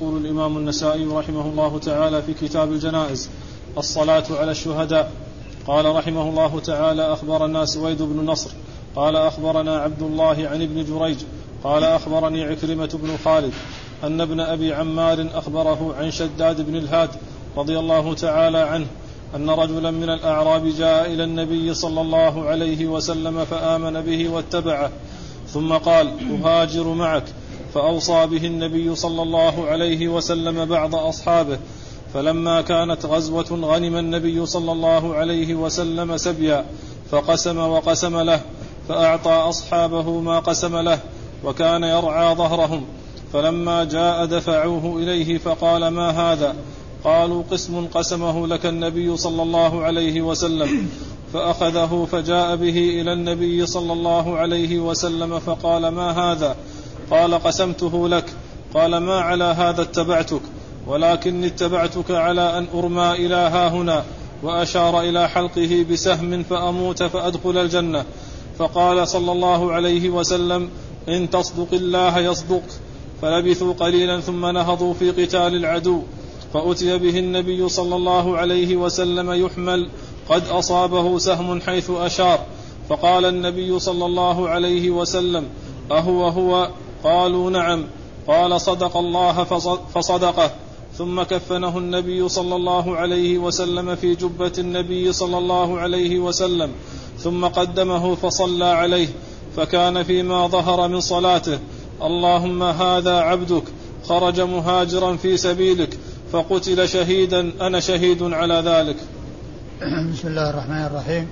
يقول الإمام النسائي رحمه الله تعالى في كتاب الجنائز: الصلاة على الشهداء. قال رحمه الله تعالى: أخبرنا سويد بن نصر قال أخبرنا عبد الله عن ابن جريج قال أخبرني عكرمة بن خالد أن ابن أبي عمار أخبره عن شداد بن الهاد رضي الله تعالى عنه أن رجلا من الأعراب جاء إلى النبي صلى الله عليه وسلم فآمن به واتبعه، ثم قال: أهاجر معك، فأوصى به النبي صلى الله عليه وسلم بعض أصحابه. فلما كانت غزوة غنم النبي صلى الله عليه وسلم سبيا فقسم وقسم له، فأعطى أصحابه ما قسم له، وكان يرعى ظهرهم. فلما جاء دفعوه إليه فقال: ما هذا؟ قالوا: قسم قسمه لك النبي صلى الله عليه وسلم. فأخذه فجاء به إلى النبي صلى الله عليه وسلم فقال: ما هذا؟ قال: قسمته لك. قال: ما على هذا اتبعتك، ولكن اتبعتك على أن أرمى إلى هاهنا، وأشار إلى حلقه بسهم فأموت فأدخل الجنة. فقال صلى الله عليه وسلم: إن تصدق الله يصدق. فلبثوا قليلا ثم نهضوا في قتال العدو، فأتي به النبي صلى الله عليه وسلم يحمل قد أصابه سهم حيث أشار. فقال النبي صلى الله عليه وسلم: أهو هو؟ قالوا: نعم. قال: صدق الله فصدقه. ثم كفنه النبي صلى الله عليه وسلم في جبة النبي صلى الله عليه وسلم، ثم قدمه فصلى عليه، فكان فيما ظهر من صلاته: اللهم هذا عبدك خرج مهاجرا في سبيلك فقتل شهيدا، أنا شهيد على ذلك. بسم الله الرحمن الرحيم.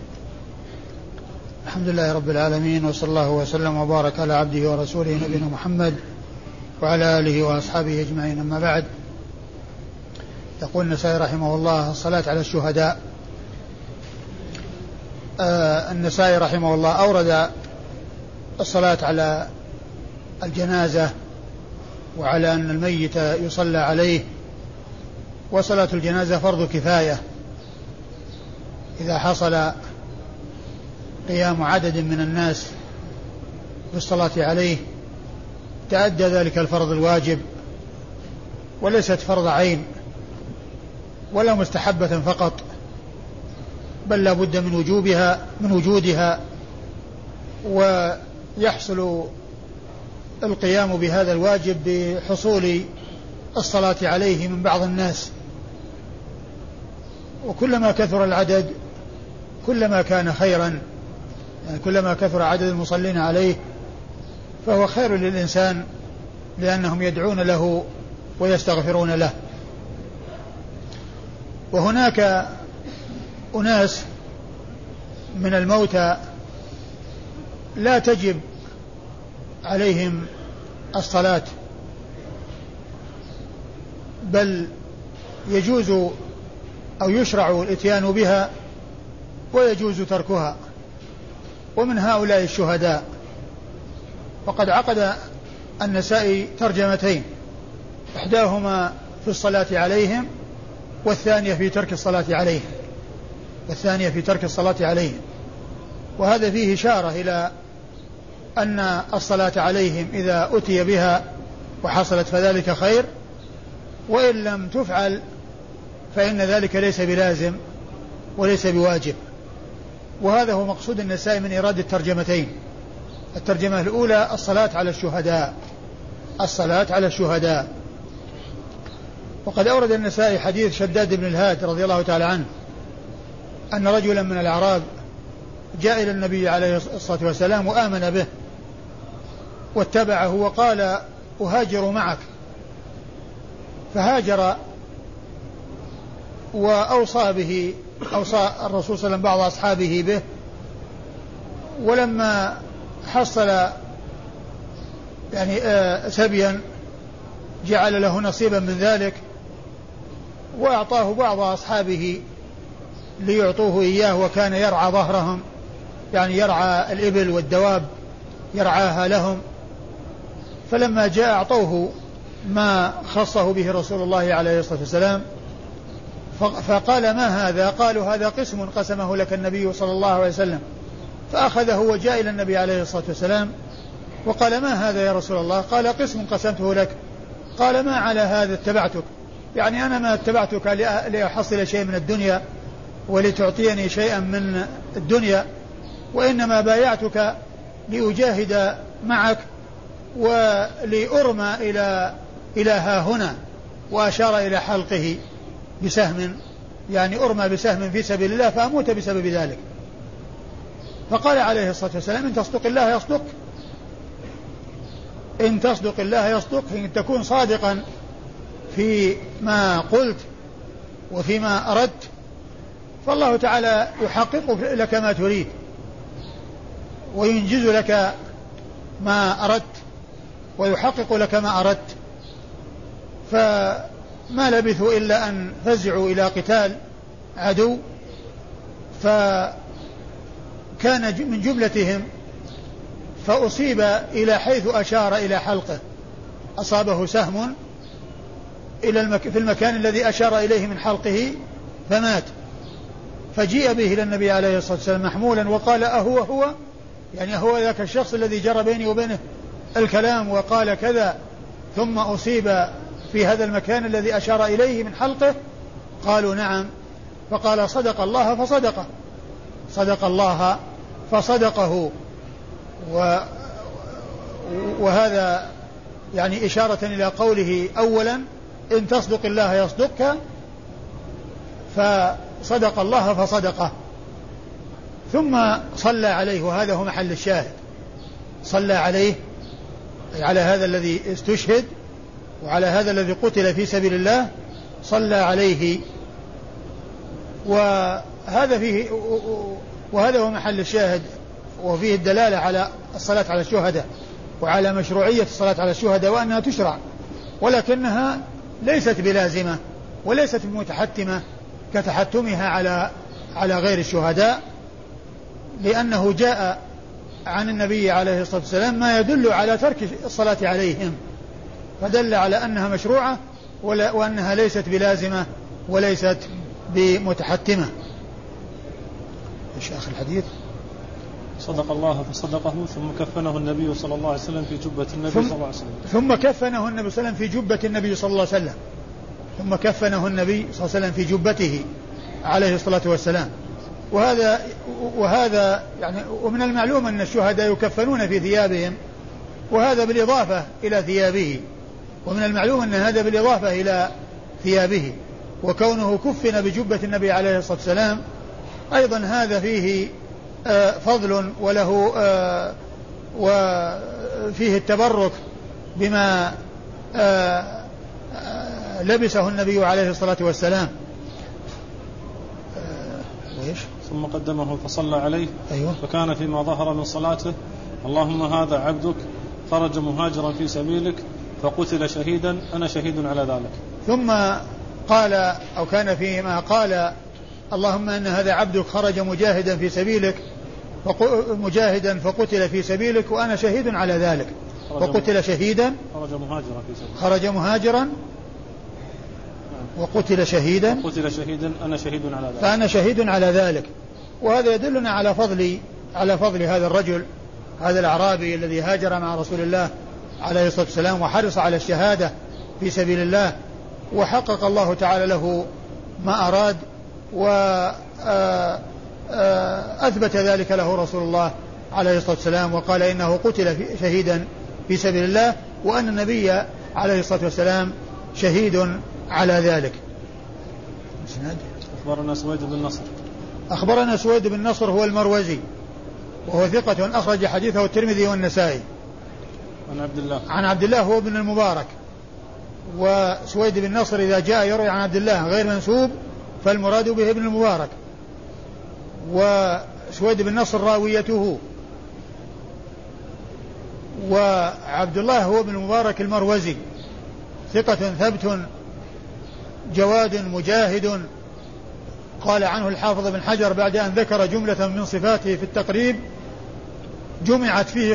الحمد لله رب العالمين، وصلى الله وسلم وبارك على عبده ورسوله نبينا محمد وعلى آله وأصحابه أجمعين. أما بعد، يقول النسائي رحمه الله: الصلاة على الشهداء. النسائي رحمه الله أورد الصلاة على الجنازة وعلى أن الميت يصلى عليه، وصلاة الجنازة فرض كفاية إذا حصل قيام عدد من الناس بالصلاة عليه تأدى ذلك الفرض الواجب، وليست فرض عين ولا مستحبة فقط، بل لا بد من وجودها ويحصل القيام بهذا الواجب بحصول الصلاة عليه من بعض الناس، وكلما كثر العدد كلما كان خيرا، يعني كلما كثر عدد المصلين عليه فهو خير للإنسان، لأنهم يدعون له ويستغفرون له. وهناك أناس من الموتى لا تجب عليهم الصلاة، بل يجوز أو يشرع الاتيان بها ويجوز تركها، ومن هؤلاء الشهداء. وقد عقد النسائي ترجمتين، إحداهما في الصلاة عليهم، والثانية في ترك الصلاة عليهم. وهذا فيه إشارة إلى أن الصلاة عليهم إذا أتي بها وحصلت فذلك خير، وإن لم تفعل فإن ذلك ليس بلازم وليس بواجب. وهذا هو مقصود النسائي من إرادة الترجمتين. الترجمة الأولى: الصلاة على الشهداء. وقد أورد النسائي حديث شداد بن الهاد رضي الله تعالى عنه أن رجلا من الأعراب جاء إلى النبي عليه الصلاة والسلام وآمن به واتبعه وقال: أهاجر معك. فهاجر، وأوصى الرسول صلى الله عليه وسلم بعض أصحابه به، ولما حصل سبيا جعل له نصيبا من ذلك، وأعطاه بعض أصحابه ليعطوه إياه، وكان يرعى ظهرهم، يعني يرعى الإبل والدواب يرعاها لهم. فلما جاء أعطوه ما خصه به رسول الله عليه الصلاة والسلام، فقال: ما هذا؟ قالوا: هذا قسم قسمه لك النبي صلى الله عليه وسلم. فأخذه وجاء إلى النبي عليه الصلاة والسلام وقال: ما هذا يا رسول الله؟ قال: قسم قسمته لك. قال ما على هذا اتبعتك، يعني أنا ما اتبعتك لأحصل شيء من الدنيا ولتعطيني شيئا من الدنيا، وإنما بايعتك لأجاهد معك ولأرمى إلى ها هنا، وأشار إلى حلقه بسهم، يعني أرمى بسهم في سبيل الله فأموت بسبب ذلك. فقال عليه الصلاة والسلام إن تصدق الله يصدق، إن تصدق الله يصدق، إن تكون صادقا فيما قلت وفيما أردت فالله تعالى يحقق لك ما تريد وينجز لك ما أردت ويحقق لك ما أردت. فما لبثوا إلا أن فزعوا إلى قتال عدو، فكان من جملتهم فأصيب إلى حيث أشار إلى حلقه، أصابه سهم في المكان الذي أشار إليه من حلقه فمات. فجيء به إلى النبي عليه الصلاة والسلام محمولا وقال أهو يعني هو ذاك الشخص الذي جرى بيني وبينه الكلام وقال كذا ثم أصيب في هذا المكان الذي أشار إليه من حلقه؟ قالوا نعم. فقال صدق الله فصدقه، صدق الله فصدقه. وهذا يعني إشارة إلى قوله أولا إن تصدق الله يصدقك، فصدق الله فصدقه. ثم صلى عليه، وهذا هو محل الشاهد، صلى عليه على هذا الذي استشهد وعلى هذا الذي قتل في سبيل الله، صلى عليه. وهذا هو محل الشاهد، وفيه الدلالة على الصلاة على الشهداء وعلى مشروعية الصلاة على الشهداء وأنها تشرع، ولكنها ليست بلازمة وليست بمتحتمة كتحتمها على غير الشهداء، لأنه جاء عن النبي عليه الصلاة والسلام ما يدل على ترك الصلاة عليهم، فدل على أنها مشروعة وأنها ليست بلازمة وليست بمتحتمة. إيش آخر الحديث؟ صدق الله فصدقه ثم كفنه النبي صلى الله عليه وسلم في جبة النبي صلى الله عليه وسلم. ثم كفنه النبي صلى الله عليه وسلم في جبة النبي صلى الله عليه وسلم. ثم كفنه النبي صلى الله عليه وسلم في جبته عليه الصلاة والسلام. وهذا يعني ومن المعلوم أن الشهداء يكفنون في ثيابهم، وهذا بالإضافة إلى ثيابه، ومن المعلوم أن هذا بالإضافة إلى ثيابه، وكونه كفن بجبة النبي عليه الصلاة والسلام أيضا هذا فيه فضل وله وفيه التبرك بما لبسه النبي عليه الصلاة والسلام. ثم قدمه فصلى عليه. أيوة. فكان فيما ظهر من صلاته اللهم هذا عبدك خرج مهاجرا في سبيلك فقتل شهيدا أنا شهيد على ذلك. ثم قال أو كان فيما قال اللهم إن هذا عبدك خرج مجاهدا في سبيلك مجاهدا فقتل في سبيلك وأنا شهيد على ذلك. وقتل شهيدا خرج مهاجرا وقتل شهيدا أنا شهيد على ذلك. فأنا شهيد على ذلك. وهذا يدلنا على فضل هذا الرجل، هذا الأعرابي الذي هاجر مع رسول الله عليه الصلاة والسلام وحرص على الشهادة في سبيل الله، وحقق الله تعالى له ما أراد، وأثبت ذلك له رسول الله عليه الصلاة والسلام، وقال إنه قتل شهيدا في سبيل الله وأن النبي عليه الصلاة والسلام شهيد على ذلك. أخبرنا سويد بن نصر هو المروزي وهو ثقة أخرج حديثه الترمذي والنسائي. عن عبد الله هو ابن المبارك. وسويد بن نصر إذا جاء يروي عن عبد الله غير منسوب فالمراد به ابن المبارك، وسويد بن نصر راويته. وعبد الله هو ابن المبارك المروزي ثقة ثبت جواد مجاهد. قال عنه الحافظ بن حجر بعد أن ذكر جملة من صفاته في التقريب جمعت فيه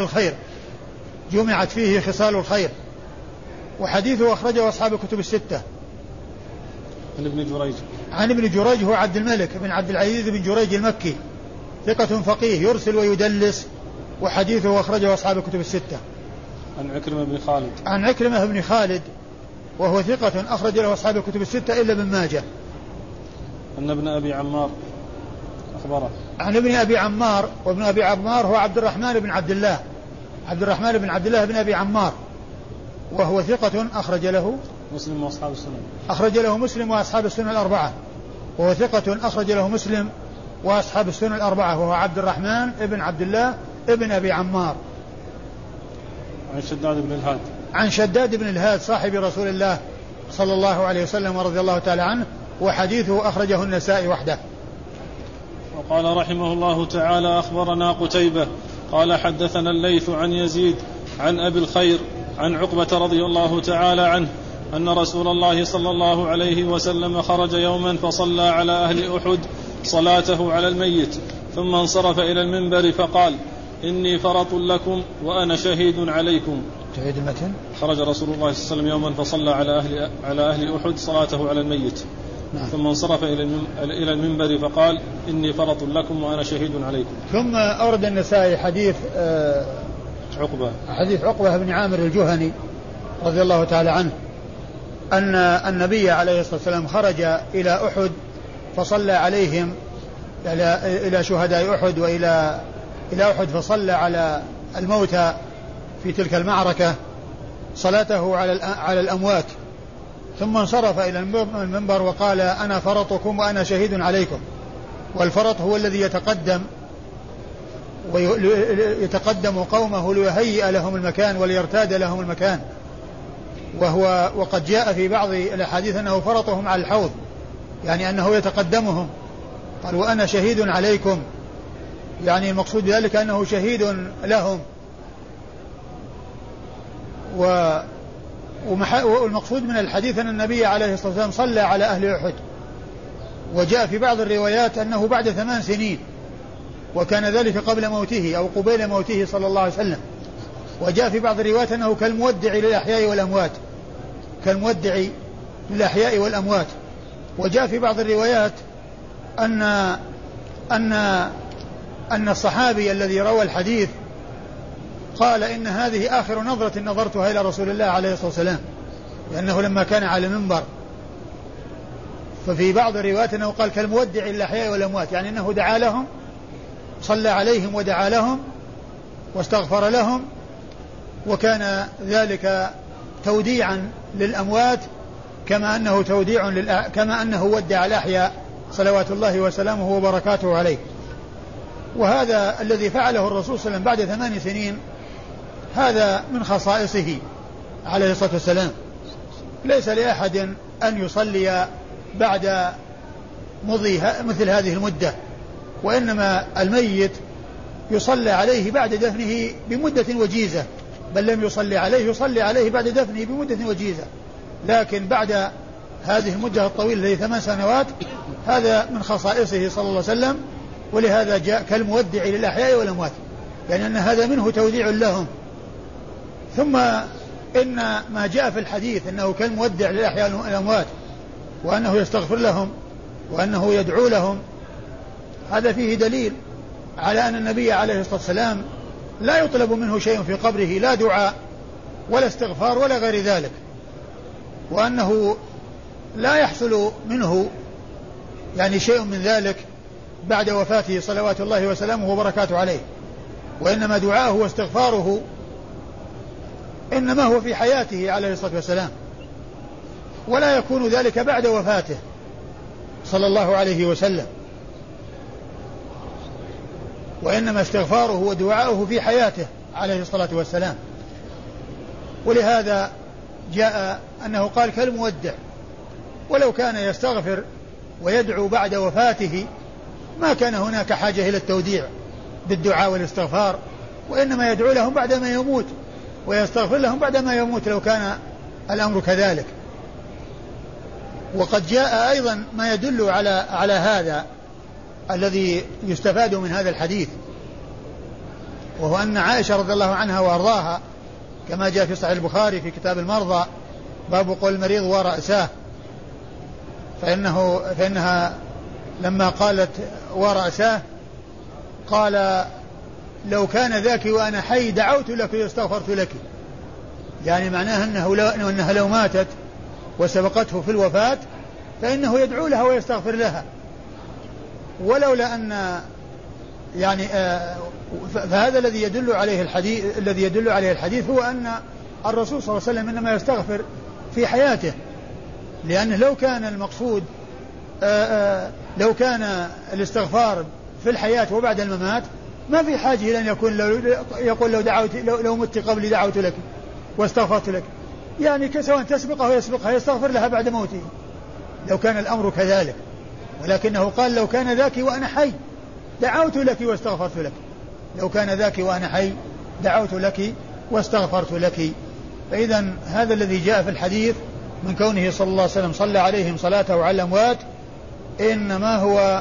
خصال الخير. وحديثه أخرجه أصحاب الكتب الستة. عن ابن جريج هو عبد الملك بن عبد العزيز بن جريج المكي ثقة فقيه يرسل ويدلس، وحديثه أخرجه أصحاب الكتب الستة. عن عكرمة بن خالد وهو ثقة أخرج له أصحاب الكتب الستة إلا ابن ماجه. أن ابن أبي عمار أخبره عن ابن أبي عمار، وابن أبي عمار هو عبد الرحمن بن عبد الله بن أبي عمار، وهو ثقة أخرج له مسلم وأصحاب السنن، أخرج له مسلم وأصحاب السنن الأربعة، وهو ثقة أخرج له مسلم وأصحاب السنن الأربعة، وهو عبد الرحمن بن عبد الله ابن أبي عمار. عن شداد بن الهاد صاحب رسول الله صلى الله عليه وسلم ورضي الله تعالى عنه، وحديثه أخرجه النسائي وحده. وقال رحمه الله تعالى: أخبرنا قتيبة قال حدثنا الليث عن يزيد عن أبي الخير عن عقبة رضي الله تعالى عنه أن رسول الله صلى الله عليه وسلم خرج يوما فصلى على أهل أحد صلاته على الميت، ثم انصرف إلى المنبر فقال: إني فرط لكم وأنا شهيد عليكم. تعيد المتن. خرج رسول الله صلى الله عليه وسلم يوما فصلى على أهل أحد صلاته على الميت. نعم. ثم انصرف إلى المنبر فقال: إني فرط لكم وأنا شهيد عليكم. ثم أورد النسائي حديث عقبة بن عامر الجهني رضي الله تعالى عنه أن النبي عليه الصلاة والسلام خرج إلى أحد فصلى عليهم، إلى شهداء أحد وإلى أحد، فصلى على الموتى في تلك المعركة صلاته على الأموات، ثم انصرف إلى المنبر وقال: أنا فرطكم وأنا شهيد عليكم. والفرط هو الذي يتقدم قومه ليهيئ لهم المكان وليرتاد لهم المكان، وقد جاء في بعض الأحاديث أنه فرطهم على الحوض، يعني أنه يتقدمهم. قال: وأنا شهيد عليكم، يعني المقصود بذلك أنه شهيد لهم. والمقصود من الحديث أن النبي عليه الصلاة والسلام صلى على أهل أحد، وجاء في بعض الروايات أنه بعد 8 سنين، وكان ذلك قبل موته أو قبيل موته صلى الله عليه وسلم. وجاء في بعض الروايات أنه كالمودع للأحياء والأموات. وجاء في بعض الروايات أن الصحابي الذي روى الحديث قال: إن هذه آخر نظرة نظرتها إلى رسول الله عليه الصلاة والسلام، لأنه لما كان على المنبر. ففي بعض الروايات أنه قال كالمودع للأحياء والأموات، يعني أنه دعا لهم، صلى عليهم ودعا لهم واستغفر لهم، وكان ذلك توديعا للأموات كما أنه ودع الأحياء صلوات الله وسلامه وبركاته عليه. وهذا الذي فعله الرسول صلى الله عليه وسلم بعد 8 سنين هذا من خصائصه عليه الصلاة والسلام. ليس لأحد أن يصلي بعد مضي مثل هذه المدة، وإنما الميت يصلى عليه بعد دفنه بمدة وجيزة، بل لم يصلي عليه بعد دفنه بمدة وجيزة، لكن بعد هذه المدة الطويلة التي 8 سنوات هذا من خصائصه صلى الله عليه وسلم. ولهذا جاء كالمودع للأحياء والأموات، يعني أن هذا منه توديع لهم. ثم إن ما جاء في الحديث أنه كالمودع للأحياء والأموات، وأنه يستغفر لهم وأنه يدعو لهم، هذا فيه دليل على أن النبي عليه الصلاة والسلام لا يطلب منه شيء في قبره، لا دعاء ولا استغفار ولا غير ذلك، وأنه لا يحصل منه يعني شيء من ذلك بعد وفاته صلوات الله وسلامه وبركاته عليه، وإنما دعاءه واستغفاره إنما هو في حياته عليه الصلاة والسلام، ولا يكون ذلك بعد وفاته صلى الله عليه وسلم، وإنما استغفاره ودعاؤه في حياته عليه الصلاة والسلام. ولهذا جاء أنه قال كالمودع، ولو كان يستغفر ويدعو بعد وفاته ما كان هناك حاجة إلى التوديع بالدعاء والاستغفار، وإنما يدعو لهم بعدما يموت ويستغفر لهم بعدما يموت لو كان الأمر كذلك. وقد جاء أيضا ما يدل على هذا الذي يستفاد من هذا الحديث، وهو أن عائشة رضي الله عنها وأرضاها كما جاء في صحيح البخاري في كتاب المرضى باب قول المريض ورأساه، فإنها لما قالت ورأساه قال: لو كان ذاك وأنا حي دعوت لك واستغفرت لك، يعني معناها أنها لو ماتت وسبقته في الوفاة فإنه يدعو لها ويستغفر لها. ولولا أن يعني فهذا الذي يدل عليه الحديث هو أن الرسول صلى الله عليه وسلم إنما يستغفر في حياته، لأنه لو كان المقصود لو كان الاستغفار في الحياة وبعد الممات ما في حاجة إلى أن يقول لو مت قبلي دعوت لك واستغفرت لك، يعني كسواء تسبقه ويسبقها يستغفر لها بعد موته لو كان الأمر كذلك. ولكنه قال لو كان ذاك وأنا حي دعوت لك واستغفرت لك، لو كان ذاك وأنا حي دعوت لك واستغفرت لك. فإذا هذا الذي جاء في الحديث من كونه صلى الله عليه وسلم صلى عليهم صلاته على الأموات إنما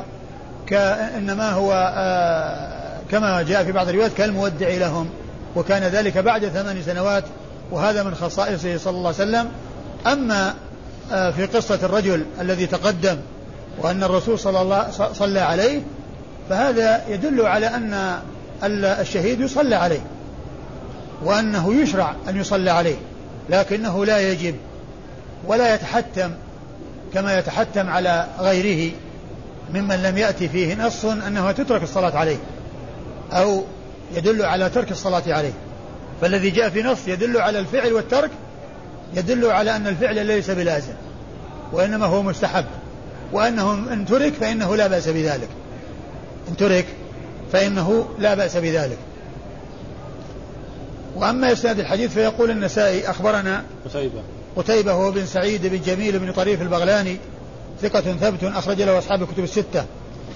هو كما جاء في بعض الروايات كالمودع لهم، وكان ذلك بعد 8 سنوات، وهذا من خصائصه صلى الله عليه وسلم. أما في قصة الرجل الذي تقدم وأن الرسول صلى عليه فهذا يدل على أن الشهيد يصلى عليه وأنه يشرع أن يصلى عليه، لكنه لا يجب ولا يتحتم كما يتحتم على غيره ممن لم يأتي فيه نص أنه تترك الصلاة عليه أو يدل على ترك الصلاة عليه. فالذي جاء في نص يدل على الفعل والترك يدل على أن الفعل ليس بلازم وإنما هو مستحب، وأنه إن ترك فإنه لا بأس بذلك، إن ترك فإنه لا بأس بذلك. وأما إسناد الحديث فيقول النسائي أخبرنا قتيبة هو بن سعيد بن جميل بن طريف البغلاني ثقة ثبت أخرج له أصحاب الكتب الستة.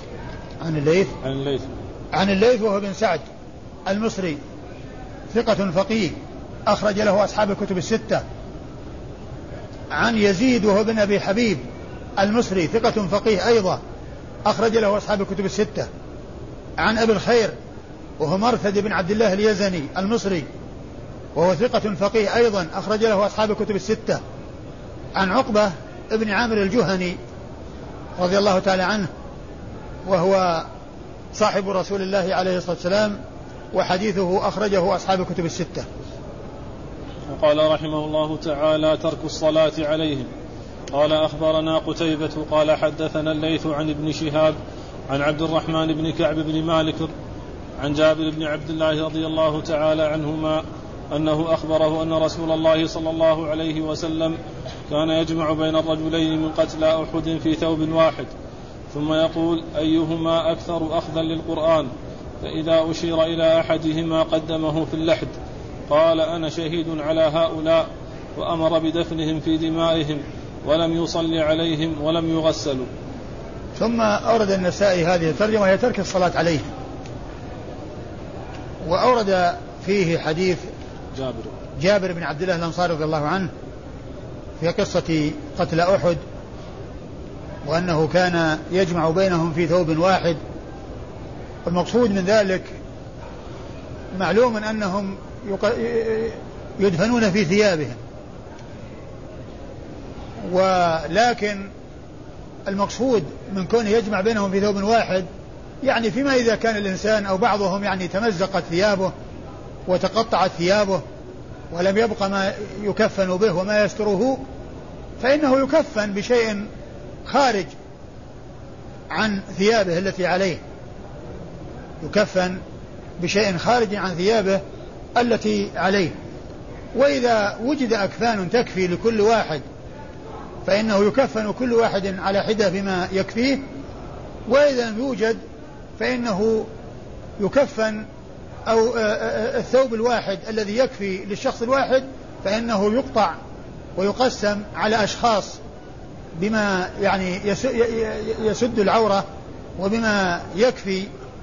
عن الليث وهو بن سعد المصري ثقة فقيه أخرج له أصحاب الكتب الستة. عن يزيد وهو بن أبي حبيب المصري ثقة فقيه أيضا أخرج له أصحاب الكتب الستة. عن أبي الخير وهو مرثد بن عبد الله اليزني المصري وهو ثقة فقيه أيضا أخرج له أصحاب الكتب الستة. عن عقبة ابن عامر الجهني رضي الله تعالى عنه وهو صاحب رسول الله عليه الصلاة والسلام وحديثه أخرجه أصحاب الكتب الستة. وقال رحمه الله تعالى ترك الصلاة عليهم. قال أخبرنا قتيبة قال حدثنا الليث عن ابن شهاب عن عبد الرحمن بن كعب بن مالك عن جابر بن عبد الله رضي الله تعالى عنهما أنه أخبره أن رسول الله صلى الله عليه وسلم كان يجمع بين الرجلين من قتلى أحد في ثوب واحد ثم يقول أيهما أكثر أخذا للقرآن، فإذا أشير إلى أحدهما قدمه في اللحد قال أنا شهيد على هؤلاء، وأمر بدفنهم في دمائهم ولم يصلي عليهم ولم يغسلوا. ثم أورد النسائي هذه الترجمة وهي ترك الصلاة عليه، وأورد فيه حديث جابر بن عبد الله الأنصاري رضي الله عنه في قصة قتل أحد، وأنه كان يجمع بينهم في ثوب واحد. المقصود من ذلك معلوم أنهم يدفنون في ثيابهم، ولكن المقصود من كونه يجمع بينهم في ثوب واحد يعني فيما إذا كان الإنسان أو بعضهم يعني تمزقت ثيابه وتقطعت ثيابه ولم يبقى ما يكفن به وما يستره، فإنه يكفن بشيء خارج عن ثيابه التي عليه، يكفن بشيء خارج عن ثيابه التي عليه. وإذا وجد أكفان تكفي لكل واحد فإنه يكفن كل واحد على حدة بما يكفيه، وإذا لم يوجد فإنه يكفن أو الثوب الواحد الذي يكفي للشخص الواحد فإنه يقطع ويقسم على أشخاص بما يعني يسد العورة وبما يكفي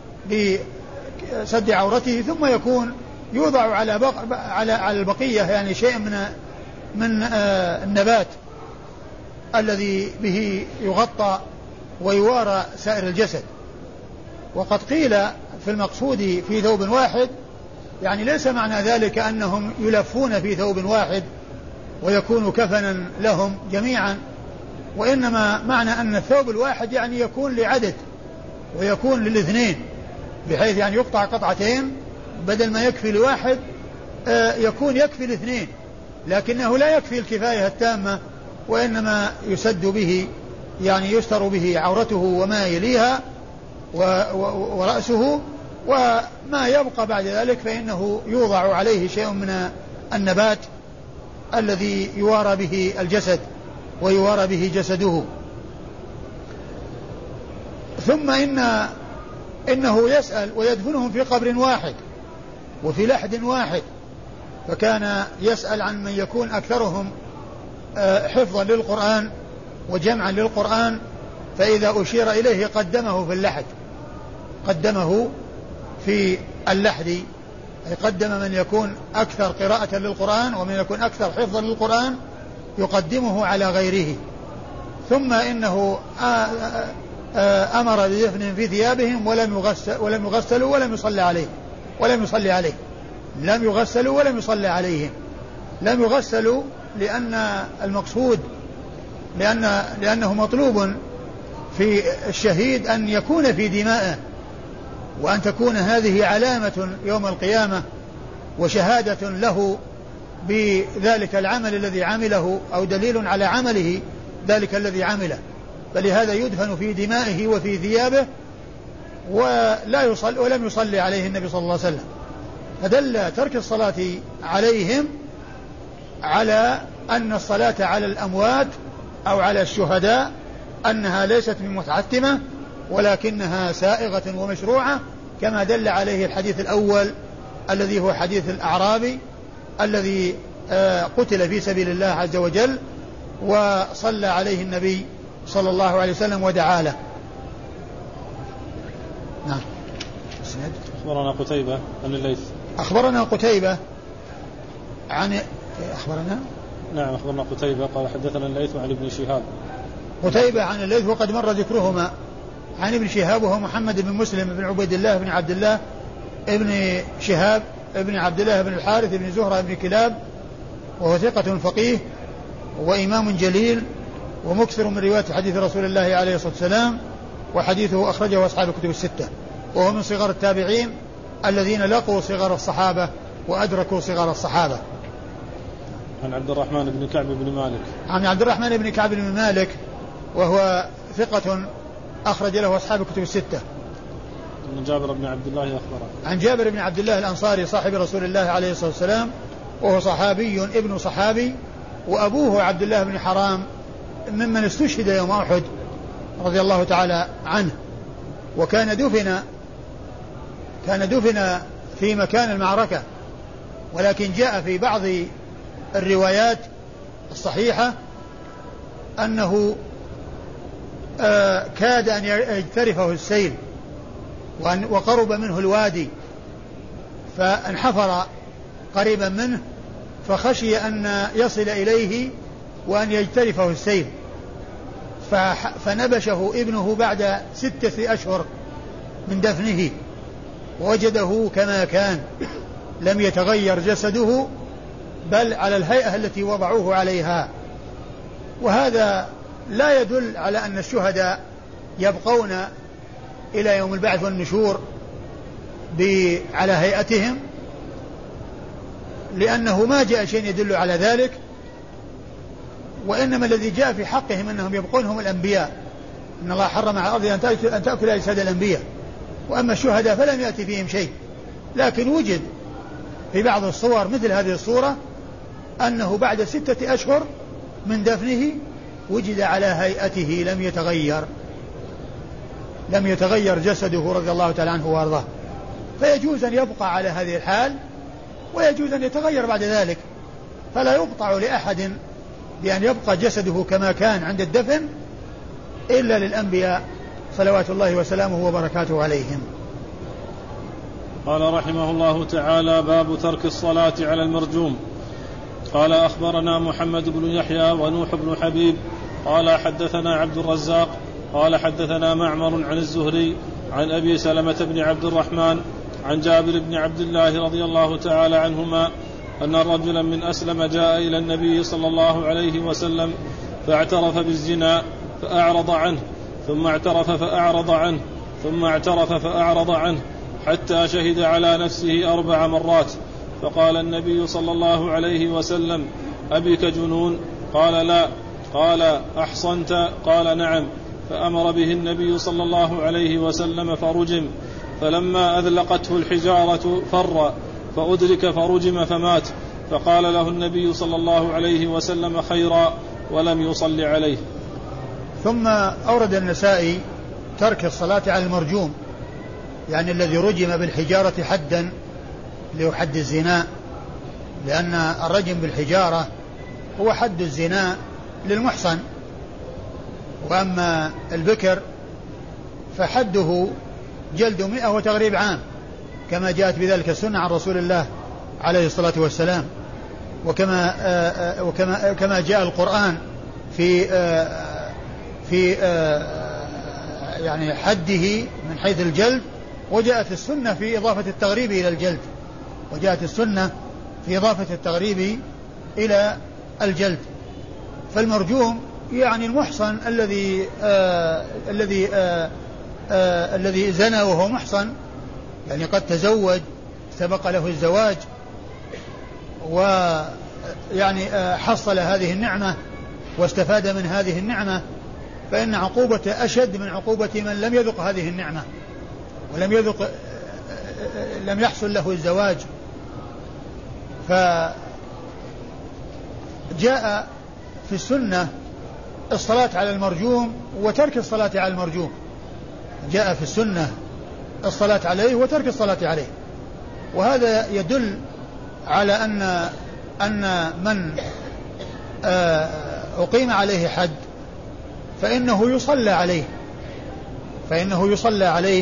لسد عورته، ثم يكون يوضع على البقية يعني شيء من النبات الذي به يغطى ويوارى سائر الجسد. وقد قيل في المقصود في ثوب واحد يعني ليس معنى ذلك أنهم يلفون في ثوب واحد ويكون كفنا لهم جميعا، وإنما معنى أن الثوب الواحد يعني يكون لعدد ويكون للاثنين، بحيث يعني يقطع قطعتين بدل ما يكفي لواحد يكون يكفي الاثنين، لكنه لا يكفي الكفاية التامة وإنما يسد به يعني يستر به عورته وما يليها ورأسه، وما يبقى بعد ذلك فإنه يوضع عليه شيء من النبات الذي يوارى به الجسد ويوارى به جسده. ثم إنه يسأل ويدفنهم في قبر واحد وفي لحد واحد، فكان يسأل عن من يكون أكثرهم حفظا للقرآن وجمعا للقرآن، فإذا أشير إليه قدمه في اللحد، قدمه في اللحد، أي قدم من يكون أكثر قراءة للقرآن ومن يكون أكثر حفظا للقرآن يقدمه على غيره. ثم إنه أمر بدفن في ثيابهم ولم يغسلوا ولم يصلى عليهم، لم يغسلوا ولم يصلى عليهم. لم يغسلوا لأن المقصود لأنه مطلوب في الشهيد أن يكون في دمائه، وأن تكون هذه علامة يوم القيامة وشهادة له بذلك العمل الذي عمله، أو دليل على عمله ذلك الذي عمله، فلهذا يدفن في دمائه وفي ثيابه ولم يصلي عليه النبي صلى الله عليه وسلم. فدل ترك الصلاة عليهم على أن الصلاة على الأموات أو على الشهداء أنها ليست من متعتمة ولكنها سائغة ومشروعة، كما دل عليه الحديث الأول الذي هو حديث الأعرابي الذي قتل في سبيل الله عز وجل وصلى عليه النبي صلى الله عليه وسلم ودعا له. نعم. أخبرنا قتيبة عن الليث. أخبرنا قتيبة عن أخبرنا نعم أخبرنا قتيبة قال حدثنا الليث عن ابن شهاب. قتيبة عن الليث وقد مر ذكرهما. عن ابن شهاب وهو محمد بن مسلم بن عبيد الله بن عبد الله ابن شهاب ابن عبد الله بن الحارث بن زهرة بن كلاب، وهو ثقة فقيه وإمام جليل ومكثر من رواية حديث رسول الله عليه الصلاة والسلام، وحديثه أخرجه أصحاب الكتب الستة، وهو من صغار التابعين الذين لقوا صغار الصحابة وأدركوا صغار الصحابة. عن عبد الرحمن بن كعب بن مالك. عن عبد الرحمن بن كعب بن مالك وهو ثقة أخرج له أصحاب الكتب الستة. عن جابر بن عبد الله أخبره. عن جابر بن عبد الله الأنصاري صاحب رسول الله عليه الصلاة والسلام، وهو صحابي ابن صحابي، وأبوه عبد الله بن حرام ممن استشهد يوم أحد رضي الله تعالى عنه، وكان دفن في مكان المعركة، ولكن جاء في بعض الروايات الصحيحة أنه كاد أن يجترفه السيل وقرب منه الوادي، فانحفر قريبا منه فخشي أن يصل إليه وأن يجترفه السيل، فنبشه ابنه بعد 6 أشهر من دفنه ووجده كما كان، لم يتغير جسده بل على الهيئة التي وضعوه عليها. وهذا لا يدل على أن الشهداء يبقون إلى يوم البعث والنشور على هيئتهم، لأنه ما جاء شيء يدل على ذلك، وإنما الذي جاء في حقهم أنهم يبقون هم الأنبياء، إن الله حرم على الأرض أن تأكل أجساد الأنبياء، وأما الشهداء فلم يأتي فيهم شيء. لكن وجد في بعض الصور مثل هذه الصورة أنه بعد 6 أشهر من دفنه وجد على هيئته لم يتغير جسده رضي الله تعالى عنه وارضاه، فيجوز أن يبقى على هذه الحال ويجوز أن يتغير بعد ذلك، فلا يقطع لأحد بأن يبقى جسده كما كان عند الدفن إلا للأنبياء صلوات الله وسلامه وبركاته عليهم. قال رحمه الله تعالى: باب ترك الصلاة على المرجوم. قال أخبرنا محمد بن يحيى ونوح بن حبيب قال حدثنا عبد الرزاق قال حدثنا معمر عن الزهري عن أبي سلمة بن عبد الرحمن عن جابر بن عبد الله رضي الله تعالى عنهما أن رجلا من أسلم جاء إلى النبي صلى الله عليه وسلم فاعترف بالزنا فأعرض عنه، ثم اعترف فأعرض عنه، ثم اعترف فأعرض عنه، حتى شهد على نفسه 4 مرات. فقال النبي صلى الله عليه وسلم: أبك جنون؟ قال: لا. قال أحصنت؟ قال نعم. فأمر به النبي صلى الله عليه وسلم فرجم، فلما أذلقته الحجارة فر فأدرك فرجم فمات، فقال له النبي صلى الله عليه وسلم خيرا ولم يصل عليه. ثم أورد النسائي ترك الصلاة على المرجوم، يعني الذي رجم بالحجارة حدا لحد الزنا، لأن الرجم بالحجارة هو حد الزنا للمحصن، وأما البكر فحده جلد 100 وتغريب عام، كما جاءت بذلك السنة عن رسول الله عليه الصلاة والسلام، وكما جاء القرآن في يعني حده من حيث الجلد، وجاءت السنة في إضافة التغريب إلى الجلد، وجاءت السنة في إضافة التغريب إلى الجلد. فالمرجوم يعني المحصن الذي زنى وهو محصن، يعني قد تزوج سبق له الزواج ويعني حصل هذه النعمة واستفاد من هذه النعمة، فإن عقوبته أشد من عقوبة من لم يذق هذه النعمة لم يحصل له الزواج. فجاء في السنة الصلاة على المرجوم وترك الصلاة على المرجوم، جاء في السنة الصلاة عليه وترك الصلاة عليه، وهذا يدل على أن من أقيم عليه حد فإنه يصلى عليه،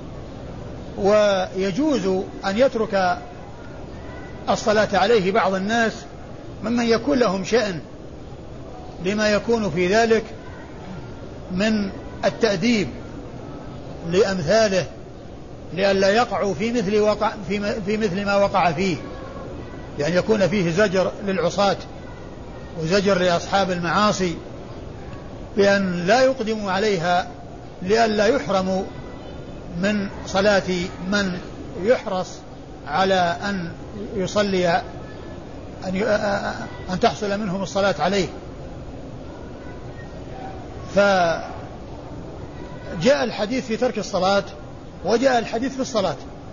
ويجوز أن يترك الصلاة عليه بعض الناس ممن يكون لهم شأن، لما يكون في ذلك من التأديب لأمثاله لئلا يقعوا في مثل ما وقع فيه، يعني يكون فيه زجر للعصاة وزجر لأصحاب المعاصي بأن لا يقدموا عليها لئلا يحرموا من صلاة من يحرص على أن يصلي أن تحصل منهم الصلاة عليه. فجاء الحديث في ترك الصلاة وجاء الحديث في الصلاة،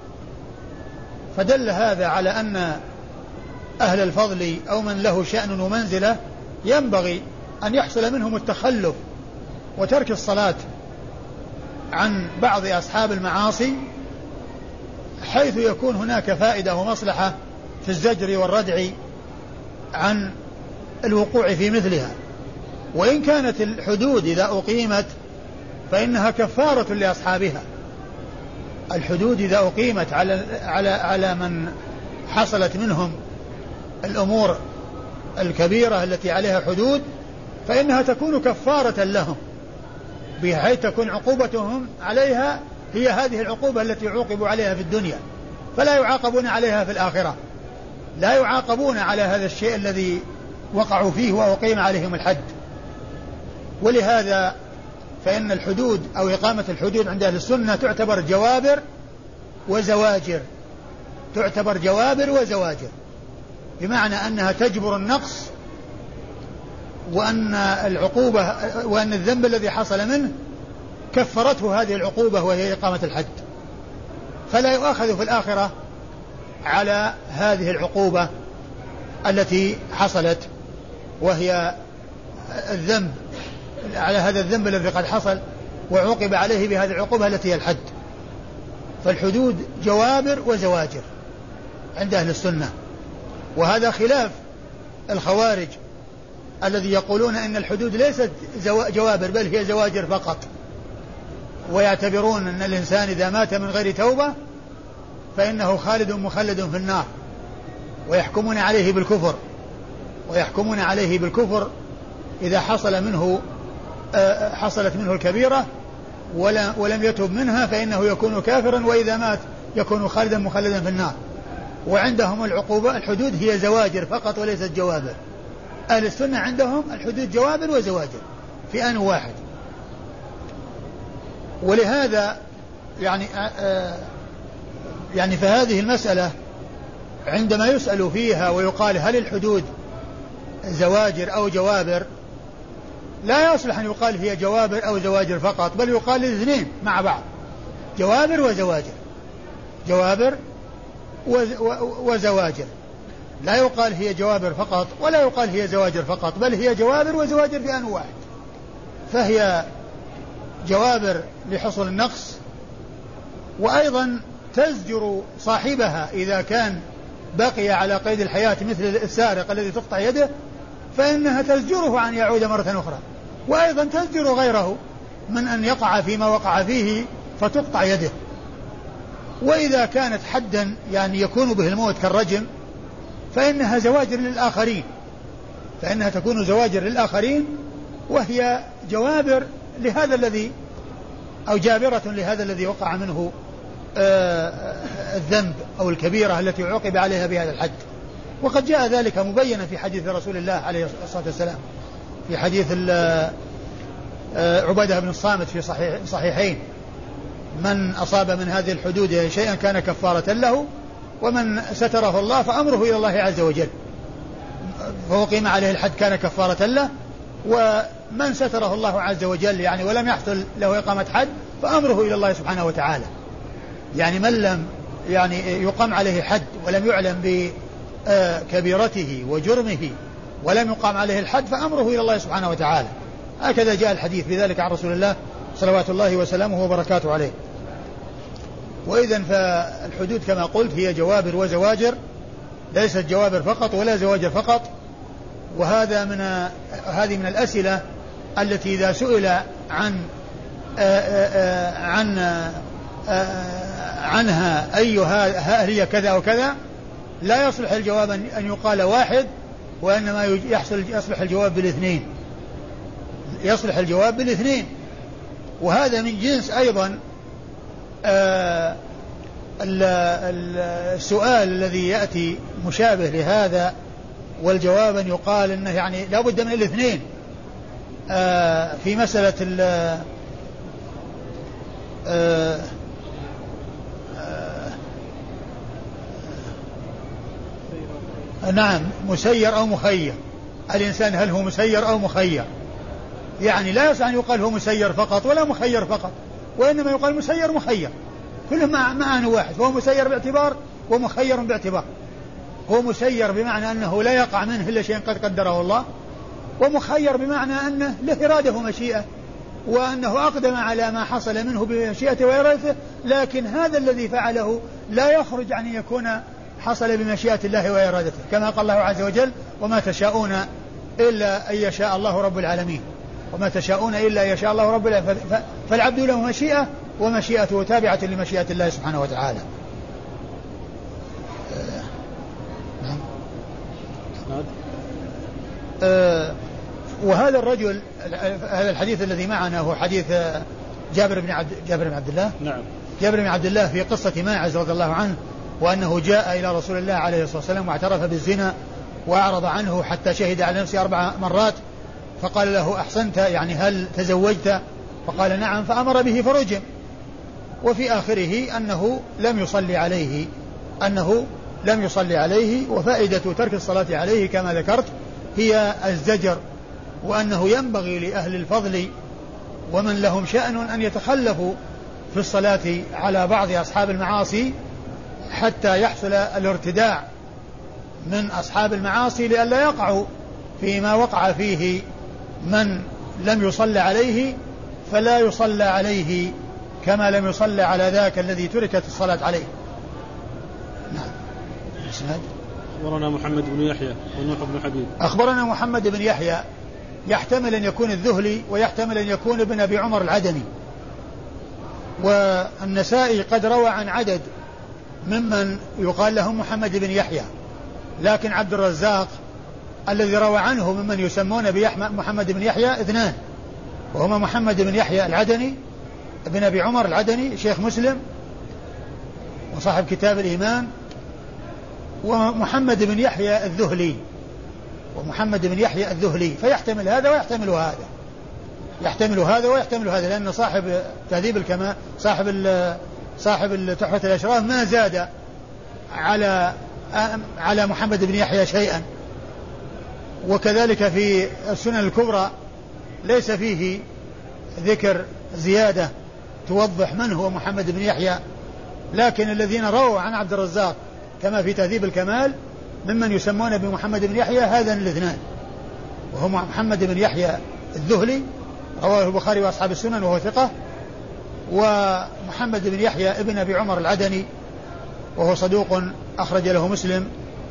فدل هذا على أن أهل الفضل أو من له شأن ومنزلة ينبغي أن يحصل منهم التخلف وترك الصلاة عن بعض أصحاب المعاصي، حيث يكون هناك فائدة ومصلحة في الزجر والردع عن الوقوع في مثلها. وإن كانت الحدود إذا أقيمت فإنها كفارة لأصحابها، الحدود إذا أقيمت على من حصلت منهم الأمور الكبيرة التي عليها حدود فإنها تكون كفارة لهم، بحيث تكون عقوبتهم عليها هي هذه العقوبة التي عوقبوا عليها في الدنيا، فلا يعاقبون عليها في الآخرة، لا يعاقبون على هذا الشيء الذي وقعوا فيه وأقيم عليهم الحد. ولهذا فإن الحدود أو إقامة الحدود عند أهل السنة تعتبر جوابر وزواجر، بمعنى أنها تجبر النقص، وأن العقوبة وأن الذنب الذي حصل منه كفرته هذه العقوبة وهي إقامة الحد، فلا يؤاخذ في الآخرة على هذه العقوبة التي حصلت، وهي الذنب، على هذا الذنب الذي قد حصل وعوقب عليه بهذه العقوبة التي هي الحد. فالحدود جوابر وزواجر عند أهل السنة، وهذا خلاف الخوارج الذي يقولون إن الحدود ليست جوابر بل هي زواجر فقط، ويعتبرون أن الإنسان إذا مات من غير توبة فإنه خالد مخلد في النار، ويحكمون عليه بالكفر إذا حصلت منه الكبيرة ولم يتوب منها فإنه يكون كافرا، وإذا مات يكون خالدا مخلدا في النار. وعندهم الحدود هي زواجر فقط وليست جوابر. أهل السنة عندهم الحدود جوابر وزواجر في آن واحد. ولهذا يعني فهذه المسألة عندما يسأل فيها ويقال هل الحدود زواجر أو جوابر، لا يصلح أن يقال هي جوابر أو زواجر فقط، بل يقال الاثنين مع بعض، جوابر وزواجر، جوابر وزواجر، لا يقال هي جوابر فقط ولا يقال هي زواجر فقط، بل هي جوابر وزواجر في آن واحد. فهي جوابر لحصول النقص، وأيضا تزجر صاحبها إذا كان بقي على قيد الحياة مثل السارق الذي تقطع يده، فإنها تزجره عن يعود مرة أخرى، وأيضا تزجر غيره من أن يقع فيما وقع فيه فتقطع يده. وإذا كانت حدا يعني يكون به الموت كالرجم فإنها زواجر للآخرين، فإنها تكون زواجر للآخرين، وهي جوابر لهذا الذي أو جابرة لهذا الذي وقع منه الذنب أو الكبيرة التي عوقب عليها بهذا الحد. وقد جاء ذلك مبينا في حديث رسول الله عليه الصلاة والسلام، في حديث عبادة بن الصامت في صحيحين: من أصاب من هذه الحدود شيئا كان كفارة له، ومن ستره الله فأمره إلى الله عز وجل، فوقيم عليه الحد كان كفارة له، ومن ستره الله عز وجل يعني ولم يحصل له إقامة حد فأمره إلى الله سبحانه وتعالى. يعني من لم يعني يقام عليه حد ولم يعلم بكبيرته وجرمه ولم يقام عليه الحد فأمره إلى الله سبحانه وتعالى. هكذا جاء الحديث بذلك عن رسول الله صلوات الله وسلامه وبركاته عليه. وإذن فالحدود كما قلت هي جوابر وزواجر، ليست جوابر فقط ولا زواجر فقط. وهذا هذه من الأسئلة التي إذا سئل عنها أيها هل هي كذا وكذا لا يصلح الجواب أن يقال واحد، وإنما يصلح الجواب بالاثنين، يصلح الجواب بالاثنين. وهذا من جنس أيضا السؤال الذي يأتي مشابه لهذا، والجواب أن يقال إنه يعني لا بد من الاثنين في مسألة نعم مسير أو مخير. الإنسان هل هو مسير أو مخير؟ يعني لا يصح أن يقال هو مسير فقط ولا مخير فقط، وإنما يقال مسير مخير، كلهم معنى واحد، فهو مسير باعتبار ومخير باعتبار. هو مسير بمعنى أنه لا يقع منه إلا شيء قد قدره الله، ومخير بمعنى أنه له إرادة ومشيئة، وأنه أقدم على ما حصل منه بمشيئته وإرادته، لكن هذا الذي فعله لا يخرج عن أن يكون حصل بمشيئة الله وإرادته، كما قال الله عز وجل: وما تشاءون إلا أن يشاء الله رب العالمين، وما تشاءون إلا أن يشاء الله رب العالمين. فالعبد له مشيئة، ومشيئته تابعة لمشيئة الله سبحانه وتعالى. وهذا الرجل، هذا الحديث الذي معنا هو حديث جابر بن عبد الله. نعم. جابر بن عبد الله في قصة ماعز رضي الله عنه، وأنه جاء إلى رسول الله عليه الصلاة والسلام واعترف بالزنا وأعرض عنه حتى شهد على نفسه 4 مرات، فقال له: أحسنت، يعني هل تزوجت؟ فقال: نعم، فأمر به فرجم. وفي آخره أنه لم يصلي عليه. وفائدة ترك الصلاة عليه كما ذكرت هي الزجر، وأنه ينبغي لأهل الفضل ومن لهم شأن أن يتخلفوا في الصلاة على بعض أصحاب المعاصي حتى يحصل الارتداع من أصحاب المعاصي، لئلا يقعوا فيما وقع فيه من لم يصلى عليه، فلا يصلى عليه كما لم يصلى على ذاك الذي تركت الصلاة عليه. نعم. أخبرنا محمد بن يحيى ونوح بن حبيب. أخبرنا محمد بن يحيى، يحتمل أن يكون الذهلي ويحتمل أن يكون ابن أبي عمر العدني. والنسائي قد روى عن عدد ممن يقال لهم محمد بن يحيى، لكن عبد الرزاق الذي روى عنه ممن يسمون بمحمد بن يحيى 2، وهما محمد بن يحيى العدني ابن أبي عمر العدني شيخ مسلم وصاحب كتاب الإيمان، ومحمد بن يحيى الذهلي، فيحتمل هذا ويحتمل هذا، يحتمل هذا ويحتمل هذا، لأن صاحب تهذيب الكمال صاحب تحفة الأشراف ما زاد على محمد بن يحيى شيئا. وكذلك في السنن الكبرى ليس فيه ذكر زيادة توضح من هو محمد بن يحيى، لكن الذين رووا عن عبد الرزاق كما في تهذيب الكمال ممن يسمون بمحمد بن يحيى هذان الاثنان، وهو محمد بن يحيى الذهلي رواه البخاري وأصحاب السنن وهو ثقة، ومحمد بن يحيى ابن أبي عمر العدني وهو صدوق أخرج له مسلم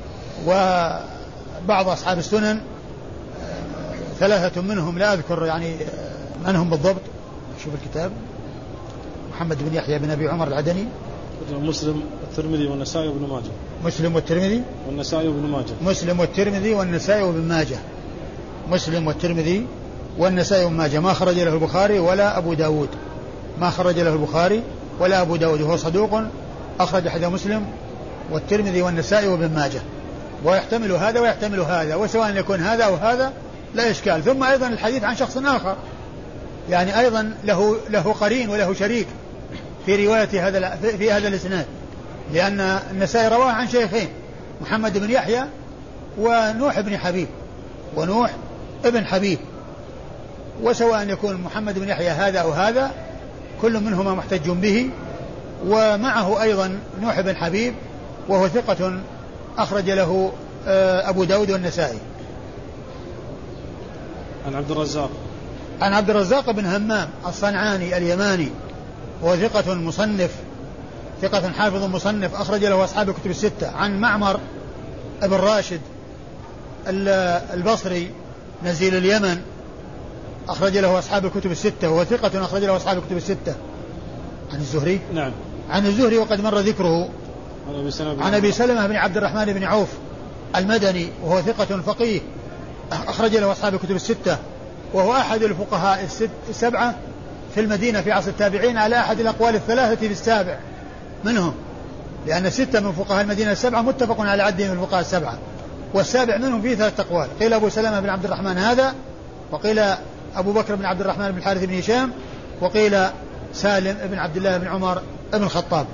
وبعض أصحاب السنن، ثلاثة منهم لا أذكر يعني من هم بالضبط، شوف الكتاب. محمد بن يحيى بن أبي عمر العدني، مسلم والترمذي والنسائي وابن ماجه. مسلم والترمذي والنسائي وابن ماجه. مسلم والترمذي والنسائي وابن ماجه. مسلم والترمذي والنسائي وابن ماجه، ما خرج له البخاري ولا أبو داود، ما خرج له البخاري ولا أبو داود، وهو صدوق أخرج حديث مسلم والترمذي والنسائي وابن ماجه، ويحتمل هذا ويحتمل هذا، وسواء يكون هذا أو هذا لا إشكال. ثم أيضا الحديث عن شخص آخر، يعني أيضا له قرين وله شريك في رواية في هذا الإسناد، لأن النسائي رواه عن شيخين، محمد بن يحيى ونوح بن حبيب، ونوح ابن حبيب، وسواء يكون محمد بن يحيى هذا أو هذا كل منهما محتج به، ومعه أيضا نوح بن حبيب وهو ثقة أخرج له أبو داود والنسائي. عن عبد الرزاق، عن عبد الرزاق بن همام الصنعاني اليماني وهو ثقة مصنف، ثقة حافظ مصنف أخرج له أصحاب الكتب الستة. عن معمر ابن راشد البصري نزيل اليمن أخرج له أصحاب الكتب الستة وهو ثقة أخرج له أصحاب الكتب الستة. عن الزهري، نعم، عن الزهري وقد مر ذكره. عن أبي سلمة بن عبد الرحمن بن عوف المدني وهو ثقة فقيه أخرج له أصحاب الكتب الستة، وهو أحد الفقهاء السبعة في المدينة في عصر التابعين على أحد الأقوال الثلاثة في السابع منهم، لأن 6 من فقهاء المدينة السبعة متفق على عدهم الفقهاء السبعة، والسابع منهم فيه 3 أقوال، قيل أبو سلمة بن عبد الرحمن هذا، وقيل أبو بكر بن عبد الرحمن بن الحارث بن هشام، وقيل سالم بن عبد الله بن عمر بن الخطاب.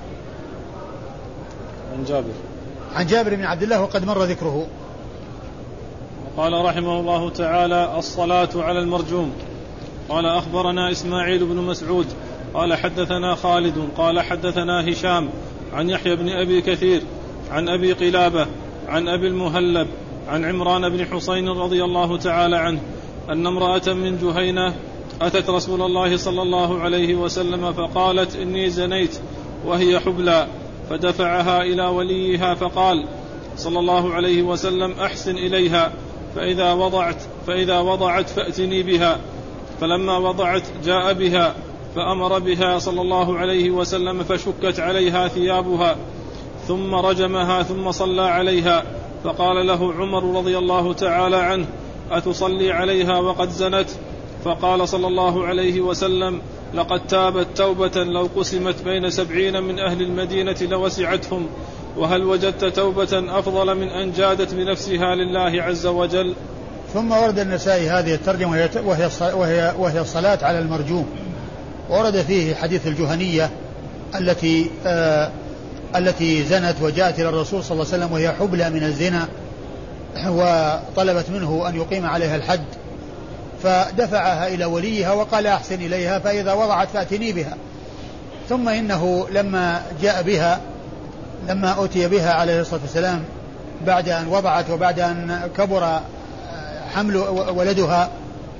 عن جابر بن عبد الله وقد مر ذكره. قال رحمه الله تعالى: الصلاة على المرجوم. قال أخبرنا إسماعيل بن مسعود قال حدثنا خالد قال حدثنا هشام عن يحيى بن أبي كثير عن أبي قلابة عن أبي المهلب عن عمران بن حسين رضي الله تعالى عنه أن امرأة من جهينة أتت رسول الله صلى الله عليه وسلم فقالت: إني زنيت وهي حبلى، فدفعها إلى وليها فقال صلى الله عليه وسلم: أحسن إليها، فإذا وضعت فأتني بها. فلما وضعت جاء بها فأمر بها صلى الله عليه وسلم فشكت عليها ثيابها ثم رجمها ثم صلى عليها. فقال له عمر رضي الله تعالى عنه: أتصلي عليها وقد زنت؟ فقال صلى الله عليه وسلم: لقد تابت توبة لو قسمت بين 70 من أهل المدينة لوسعتهم، وهل وجدت توبة أفضل من أن جادت بنفسها لله عز وجل؟ ثم ورد النسائي هذه الترجمة وهي الصلاة على المرجوم، ورد فيه حديث الجهنية التي زنت وجاءت إلى الرسول صلى الله عليه وسلم وهي حبلى من الزنا، وطلبت منه أن يقيم عليها الحد، فدفعها إلى وليها وقال: أحسن إليها، فإذا وضعت فأتني بها. ثم إنه لما أتي بها عليه الصلاة والسلام بعد أن وضعت وبعد أن كبر حمل ولدها،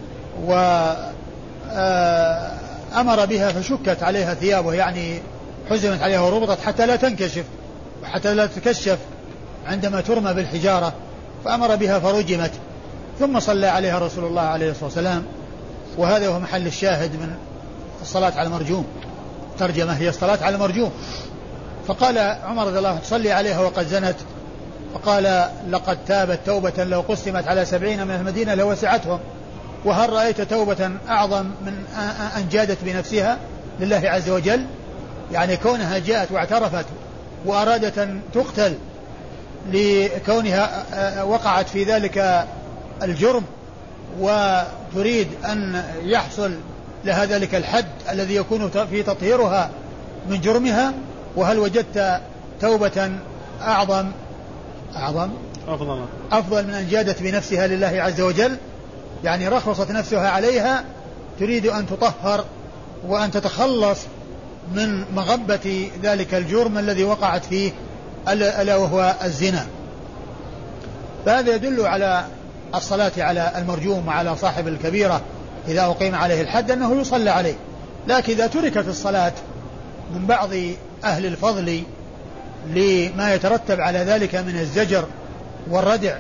وأمر بها فشكت عليها ثيابه، يعني حزمت عليها وربطت حتى لا تنكشف وحتى لا تتكشف عندما ترمى بالحجارة، فأمر بها فرجمت، ثم صلى عليها رسول الله عليه الصلاة والسلام. وهذا هو محل الشاهد من الصلاة على المرجوم، ترجمة هي الصلاة على المرجوم. فقال عمر رضي الله عنه: تصلي عليها وقد زنت؟ فقال: لقد تابت توبة لو قسمت على 70 من المدينة لوسعتهم، وهل رأيت توبة أعظم من أن جادت بنفسها لله عز وجل؟ يعني كونها جاءت واعترفت وأرادت أن تقتل لكونها وقعت في ذلك الجرم، وتريد أن يحصل لها ذلك الحد الذي يكون في تطهيرها من جرمها، وهل وجدت توبة أفضل من أن جادت بنفسها لله عز وجل؟ يعني رخصت نفسها عليها، تريد أن تطهر وأن تتخلص من مغبة ذلك الجرم الذي وقعت فيه ألا وهو الزنا. فهذا يدل على الصلاة على المرجوم وعلى صاحب الكبيرة إذا أقيم عليه الحد أنه يصلى عليه. لكن إذا تركت الصلاة من بعض أهل الفضل لما يترتب على ذلك من الزجر والردع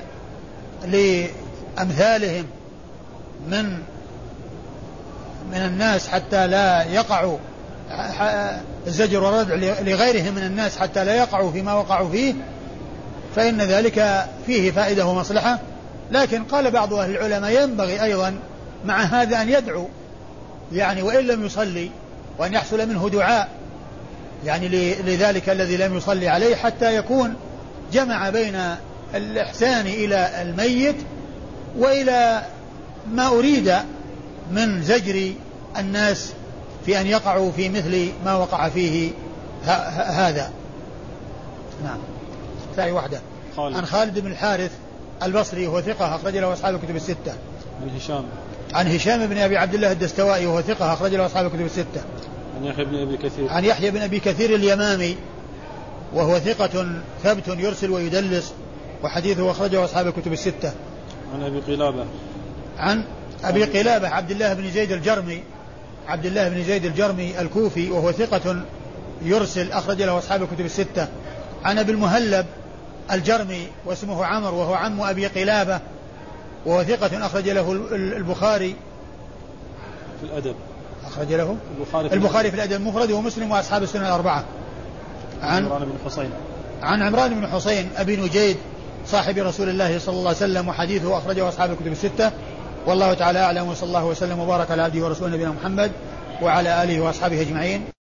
لأمثالهم من الناس حتى لا يقعوا، الزجر والردع لغيرهم من الناس حتى لا يقعوا فيما وقعوا فيه، فإن ذلك فيه فائدة ومصلحة. لكن قال بعض أهل العلماء ينبغي أيضا مع هذا أن يدعو، يعني وإن لم يصلي، وأن يحصل منه دعاء يعني لذلك الذي لم يصلي عليه، حتى يكون جمع بين الإحسان إلى الميت وإلى ما أريد من زجر الناس في أن يقعوا في مثل ما وقع فيه هذا. نعم. ثاني واحدة عن خالد بن الحارث البصري وهو ثقة أخرج له أصحاب الكتب الستة. عن هشام بن أبي عبد الله الدستوائي وهو ثقة أخرج له أصحاب الكتب الستة. عن يحيى بن أبي كثير اليمامي وهو ثقة ثبت يرسل ويدلس وحديثه أخرجه أصحاب الكتب الستة. عن أبي قلابة عبد الله بن زيد الجرمي الكوفي وهو ثقة يرسل أخرج له أصحاب الكتب الستة. عن أبي المهلب الجرمي واسمه عمر وهو عم أبي قلابة وهو ثقة أخرج له البخاري في الأدب، أخرج له البخاري في الأدب المفرد ومسلم وأصحاب السنن الأربعة. عن عمران بن حسين أبي نجيد صاحب رسول الله صلى الله عليه وسلم وحديثه أخرجه أصحاب الكتب الستة. والله تعالى أعلم، وصلى الله وسلم وبارك على عبده ورسوله نبينا محمد وعلى آله وأصحابه أجمعين.